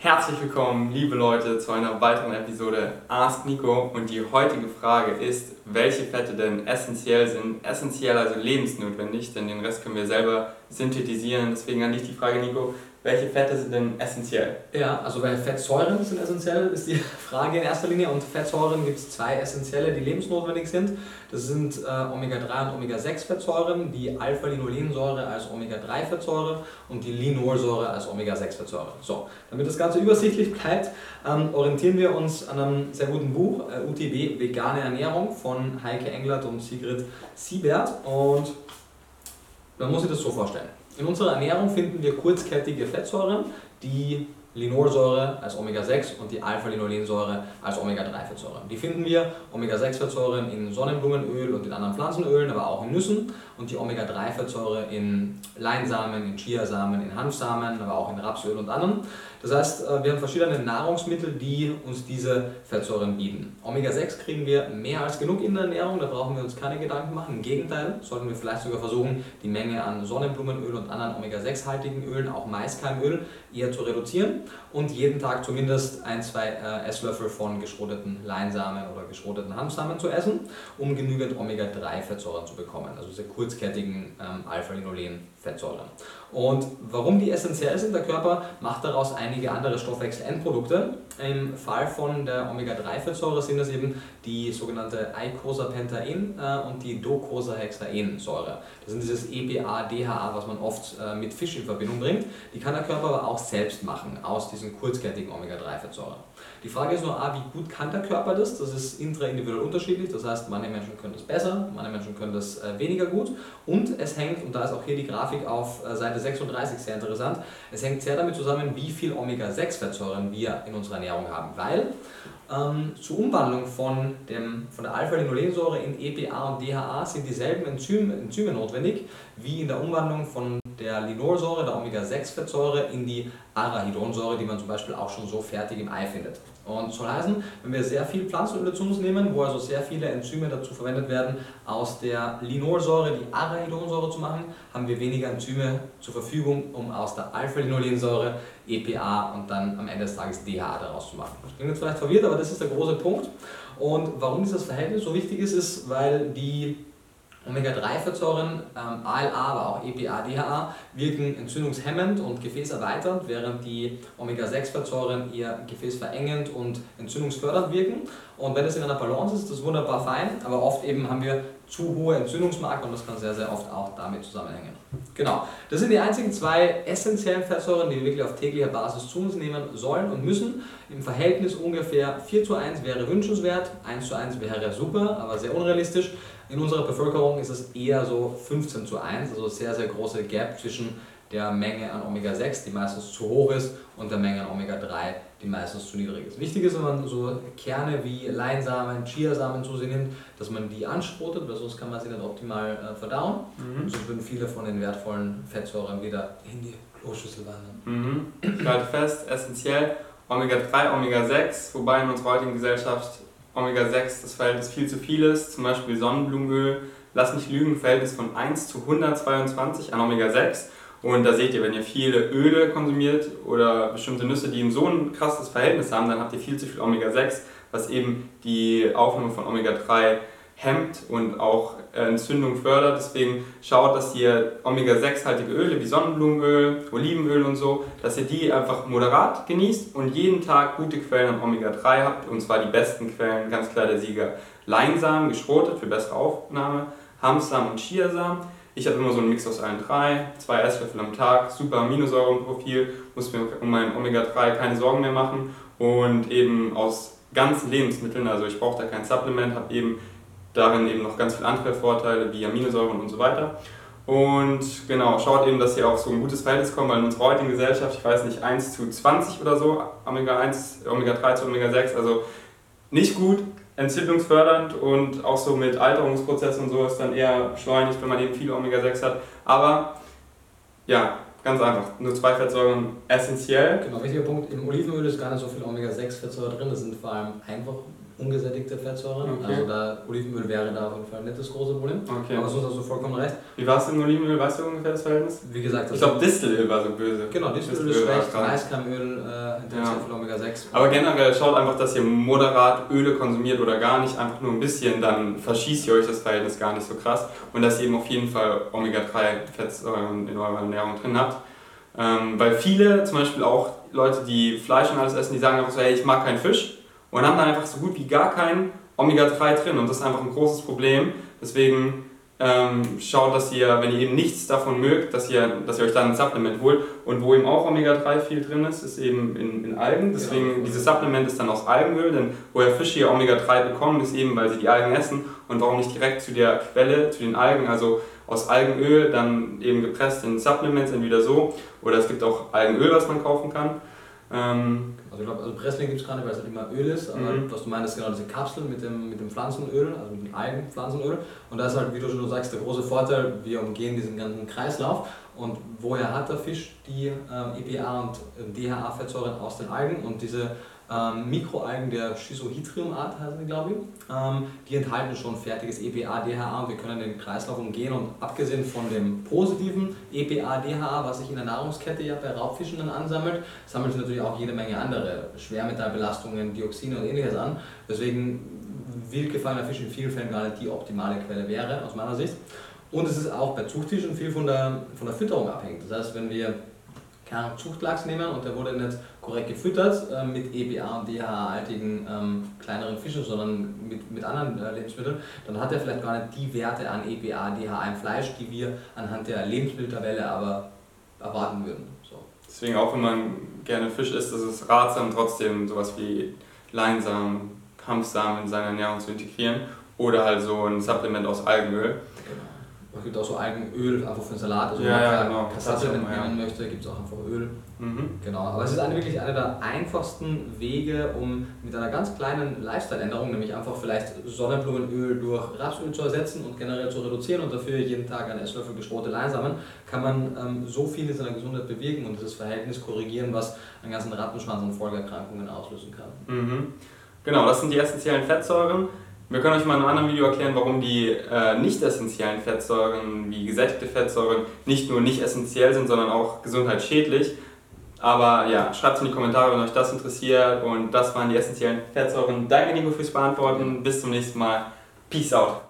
Herzlich willkommen, liebe Leute, zu einer weiteren Episode Ask Nico. Und die heutige Frage ist, welche Fette denn essentiell sind. Essentiell, also lebensnotwendig, denn den Rest können wir selber synthetisieren. Deswegen an dich die Frage, Nico, welche Fette sind denn essentiell? Ja, also bei Fettsäuren sind essentiell, ist die Frage in erster Linie. Und Fettsäuren gibt es zwei essentielle, die lebensnotwendig sind. Das sind Omega-3 und Omega-6-Fettsäuren, die Alpha-Linolensäure als Omega-3-Fettsäure und die Linolsäure als Omega-6-Fettsäure. So, damit das Ganze übersichtlich bleibt, orientieren wir uns an einem sehr guten Buch, UTB Vegane Ernährung von Heike Englert und Sigrid Siebert. Und man muss sich das so vorstellen. In unserer Ernährung finden wir kurzkettige Fettsäuren, die Linolsäure als Omega-6 und die Alpha-Linolensäure als Omega-3-Fettsäuren. Die finden wir, Omega-6-Fettsäuren in Sonnenblumenöl und in anderen Pflanzenölen, aber auch in Nüssen, und die Omega-3-Fettsäure in Leinsamen, in Chiasamen, in Hanfsamen, aber auch in Rapsöl und anderen. Das heißt, wir haben verschiedene Nahrungsmittel, die uns diese Fettsäuren bieten. Omega-6 kriegen wir mehr als genug in der Ernährung, da brauchen wir uns keine Gedanken machen. Im Gegenteil, sollten wir vielleicht sogar versuchen, die Menge an Sonnenblumenöl und anderen Omega-6-haltigen Ölen, auch Maiskeimöl, eher zu reduzieren und jeden Tag zumindest 1-2 Esslöffel von geschroteten Leinsamen oder geschroteten Hanfsamen zu essen, um genügend Omega-3-Fettsäuren zu bekommen, also diese kurzkettigen Alpha-Linolen-Fettsäuren. Und warum die essentiell sind, der Körper macht daraus einige andere Stoffwechselendprodukte. Im Fall von der Omega-3-Fettsäure sind es eben die sogenannte Eicosapentaen und die Docosahexaensäure. Das sind dieses EPA, DHA, was man oft mit Fisch in Verbindung bringt. Die kann der Körper aber auch selbst machen aus diesen kurzkettigen Omega-3-Fettsäuren. Die Frage ist nur, wie gut kann der Körper das? Das ist intraindividuell unterschiedlich, das heißt, manche Menschen können das besser, manche Menschen können das weniger gut. Und es hängt, und da ist auch hier die Grafik auf Seite 36 sehr interessant, es hängt sehr damit zusammen, wie viel Omega-6-Fettsäuren wir in unserer Ernährung haben, weil zur Umwandlung von der Alpha-Linolensäure in EPA und DHA sind dieselben Enzyme notwendig, wie in der Umwandlung von der Linolsäure, der Omega-6-Fettsäure, in die Arachidonsäure, die man zum Beispiel auch schon so fertig im Ei findet. Und soll heißen, wenn wir sehr viel Pflanzenöle zu uns nehmen, wo also sehr viele Enzyme dazu verwendet werden, aus der Linolsäure die Arachidonsäure zu machen, haben wir weniger Enzyme zur Verfügung, um aus der Alpha-Linolensäure EPA und dann am Ende des Tages DHA daraus zu machen. Das klingt jetzt vielleicht verwirrt, aber das ist der große Punkt. Und warum dieses Verhältnis so wichtig ist, weil die Omega-3-Fettsäuren, ALA, aber auch EPA, DHA, wirken entzündungshemmend und gefäßerweiternd, während die Omega-6-Fettsäuren eher gefäßverengend und entzündungsfördernd wirken. Und wenn es in einer Balance ist, ist das wunderbar fein, aber oft eben haben wir zu hohe Entzündungsmarker und das kann sehr, sehr oft auch damit zusammenhängen. Genau, das sind die einzigen zwei essentiellen Fettsäuren, die wir wirklich auf täglicher Basis zu uns nehmen sollen und müssen. Im Verhältnis ungefähr 4:1 wäre wünschenswert, 1:1 wäre super, aber sehr unrealistisch. In unserer Bevölkerung ist es eher so 15:1, also sehr, sehr große Gap zwischen der Menge an Omega-6, die meistens zu hoch ist, und der Menge an Omega-3, die meistens zu niedrig ist. Wichtig ist, wenn man so Kerne wie Leinsamen, Chiasamen zu sich nimmt, dass man die anschrotet, weil sonst kann man sie nicht optimal verdauen. Und sonst würden viele von den wertvollen Fettsäuren wieder in die Kloschüssel wandern. Ich halte fest, essentiell Omega-3, Omega-6, wobei in unserer heutigen Gesellschaft Omega-6 das Verhältnis viel zu viel ist, zum Beispiel Sonnenblumenöl, lass mich lügen, Verhältnis von 1:122 an Omega-6. Und da seht ihr, wenn ihr viele Öle konsumiert oder bestimmte Nüsse, die so ein krasses Verhältnis haben, dann habt ihr viel zu viel Omega-6, was eben die Aufnahme von Omega-3 hemmt und auch Entzündung fördert. Deswegen schaut, dass ihr Omega-6-haltige Öle wie Sonnenblumenöl, Olivenöl und so, dass ihr die einfach moderat genießt und jeden Tag gute Quellen an Omega-3 habt. Und zwar die besten Quellen, ganz klar der Sieger. Leinsamen, geschrotet für bessere Aufnahme, Hanfsamen und Chiasamen. Ich habe immer so einen Mix aus allen drei, 2 Esslöffel am Tag, super Aminosäurenprofil, muss mir um mein Omega-3 keine Sorgen mehr machen und eben aus ganzen Lebensmitteln, also ich brauche da kein Supplement, habe eben darin eben noch ganz viele andere Vorteile wie Aminosäuren und so weiter. Und genau, schaut eben, dass ihr auf so ein gutes Verhältnis kommt, weil in unserer heutigen Gesellschaft, ich weiß nicht, 1:20 oder so, Omega-1, Omega-3 zu Omega-6, also nicht gut, entzündungsfördernd und auch so mit Alterungsprozessen und so ist dann eher beschleunigt, wenn man eben viel Omega-6 hat. Aber ja, ganz einfach, nur 2 Fettsäuren essentiell. Genau, wichtiger Punkt, im Olivenöl ist gar nicht so viel Omega-6-Fettsäure drin, das sind vor allem einfach ungesättigte Fettsäuren. Okay. Also Olivenöl wäre da auf jeden Fall nicht das große Problem. Okay. Aber sonst hast du vollkommen recht. Wie war es im Olivenöl? Weißt du ungefähr das Verhältnis? Wie gesagt, Ich glaube, Distelöl war so böse. Genau, Distelöl ist schlecht, Maiskeimöl enthält sehr viel Omega-6. Aber generell schaut einfach, dass ihr moderat Öle konsumiert oder gar nicht, einfach nur ein bisschen, dann verschießt ihr euch das Verhältnis gar nicht so krass. Und dass ihr eben auf jeden Fall Omega-3-Fettsäuren in eurer Ernährung drin habt. Weil viele, zum Beispiel auch Leute, die Fleisch und alles essen, die sagen einfach so, hey, ich mag keinen Fisch und haben dann einfach so gut wie gar kein Omega-3 drin und das ist einfach ein großes Problem. Deswegen schaut, dass ihr, wenn ihr eben nichts davon mögt, dass ihr euch dann ein Supplement holt. Und wo eben auch Omega-3 viel drin ist, ist eben in Algen. Deswegen, dieses Supplement ist dann aus Algenöl, denn woher Fische ihr Omega-3 bekommen, ist eben, weil sie die Algen essen. Und warum nicht direkt zu der Quelle, zu den Algen, also aus Algenöl, dann eben gepresst in Supplements, entweder so, oder es gibt auch Algenöl, was man kaufen kann. Also ich glaube, Pressling gibt es gar nicht, weil es halt immer Öl ist, aber was du meinst, ist genau diese Kapsel mit dem Pflanzenöl, also mit dem Algenpflanzenöl. Und da ist halt, wie du schon sagst, der große Vorteil, wir umgehen diesen ganzen Kreislauf. Und woher hat der Fisch die EPA und DHA-Fettsäuren aus den Algen? Und diese Mikroalgen der Schizohydrium-Art heißen die, glaube ich, die enthalten schon fertiges EPA, DHA und wir können den Kreislauf umgehen. Und abgesehen von dem positiven EPA, DHA, was sich in der Nahrungskette ja bei Raubfischen dann ansammelt, sammelt sich natürlich auch jede Menge andere Schwermetallbelastungen, Dioxine und ähnliches an, weswegen wild gefallener Fisch in vielen Fällen gar nicht die optimale Quelle wäre, aus meiner Sicht. Und es ist auch bei Zuchtfischen viel von der Fütterung abhängig. Das heißt, wenn wir keinen Zuchtlachs nehmen und der wurde nicht korrekt gefüttert mit EPA und DHA-haltigen kleineren Fischen, sondern mit anderen Lebensmitteln, dann hat er vielleicht gar nicht die Werte an EPA, DHA im Fleisch, die wir anhand der Lebensmitteltabelle aber erwarten würden. So. Deswegen auch, wenn man gerne Fisch isst, ist es ratsam, trotzdem sowas wie Leinsamen, Hanfsamen in seine Ernährung zu integrieren oder halt so ein Supplement aus Algenöl. Es gibt auch so Algenöl einfach für den Salat, also ja, wenn man genau. Supplement nehmen möchte, gibt es auch einfach Öl. Genau, aber es ist wirklich einer der einfachsten Wege, um mit einer ganz kleinen Lifestyle-Änderung, nämlich einfach vielleicht Sonnenblumenöl durch Rapsöl zu ersetzen und generell zu reduzieren und dafür jeden Tag einen Esslöffel geschrote Leinsamen, kann man so viel in seiner Gesundheit bewegen und dieses Verhältnis korrigieren, was einen ganzen Rattenschwanz an Folgeerkrankungen auslösen kann. Genau, das sind die essentiellen Fettsäuren. Wir können euch mal in einem anderen Video erklären, warum die nicht essentiellen Fettsäuren wie gesättigte Fettsäuren nicht nur nicht essentiell sind, sondern auch gesundheitsschädlich. Aber ja, schreibt es in die Kommentare, wenn euch das interessiert. Und das waren die essentiellen Fettsäuren. Danke Nico fürs Beantworten. Bis zum nächsten Mal. Peace out.